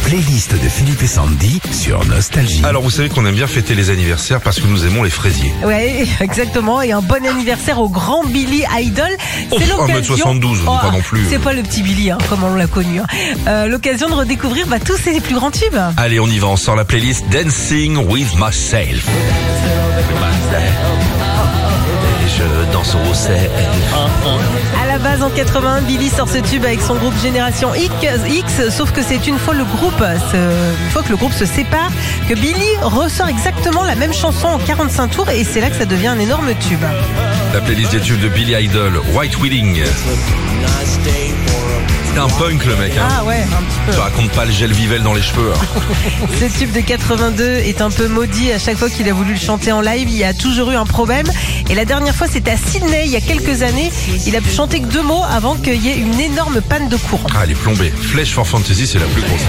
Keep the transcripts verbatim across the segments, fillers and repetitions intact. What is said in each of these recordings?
playlist de Philippe et Sandy sur Nostalgie. Alors vous savez qu'on aime bien fêter les anniversaires parce que nous aimons les fraisiers. Ouais, exactement. Et un bon anniversaire au grand Billy Idol. Oh, C'est l'occasion. un mètre soixante-douze, Oh, pas non plus. C'est pas le petit Billy, hein, comme on l'a connu. Hein. Euh, l'occasion de redécouvrir bah, tous ses plus grands tubes. Allez, on y va, on sort la playlist Dancing with Myself. Et je danse au self. À la base, en quatre-vingt-un, Billy sort ce tube avec son groupe Génération X, X, sauf que c'est une fois le groupe, se, une fois que le groupe se sépare, que Billy ressort exactement la même chanson en quarante-cinq tours et c'est là que ça devient un énorme tube. La playlist des tubes de Billy Idol, White Wedding. C'était un punk le mec, hein. Ah ouais, un petit peu. Je raconte pas le gel Vivelle dans les cheveux. Hein. Ce tube de quatre-vingt-deux est un peu maudit. À chaque fois qu'il a voulu le chanter en live, il y a toujours eu un problème. Et la dernière fois, c'était à Sydney, il y a quelques années. Il a pu chanter que deux mots avant qu'il y ait une énorme panne de courant. Ah, elle est plombée. Flèche for Fantasy, c'est la plus grosse.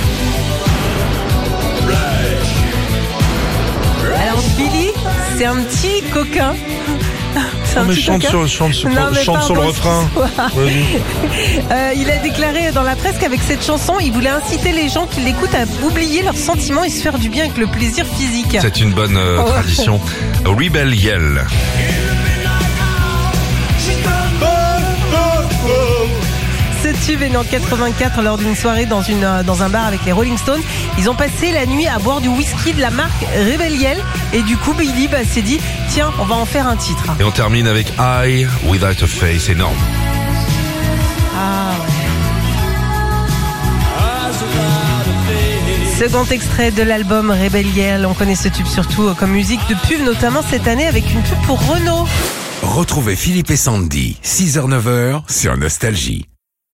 Alors Billy, c'est un petit coquin. C'est un Oh, mais petit chante coquin. sur, chante sur, Non, mais chante sur le pardon, refrain. Euh, il a déclaré dans la presse qu'avec cette chanson, il voulait inciter les gens qui l'écoutent à oublier leurs sentiments et se faire du bien avec le plaisir physique. C'est une bonne euh, Oh. tradition. Rebel Yell. Ce tube est né en quatre-vingt-quatre lors d'une soirée dans, une, euh, dans un bar avec les Rolling Stones. Ils ont passé la nuit à boire du whisky de la marque Rebel Yell. Et du coup, Billy bah, s'est dit, tiens, on va en faire un titre. Et on termine avec I Without a Face. Énorme. Ah ouais. Second extrait de l'album Rebel Yell. On connaît ce tube surtout comme musique de pub, notamment cette année avec une pub pour Renault. Retrouvez Philippe et Sandy, six heures neuf heures sur Nostalgie.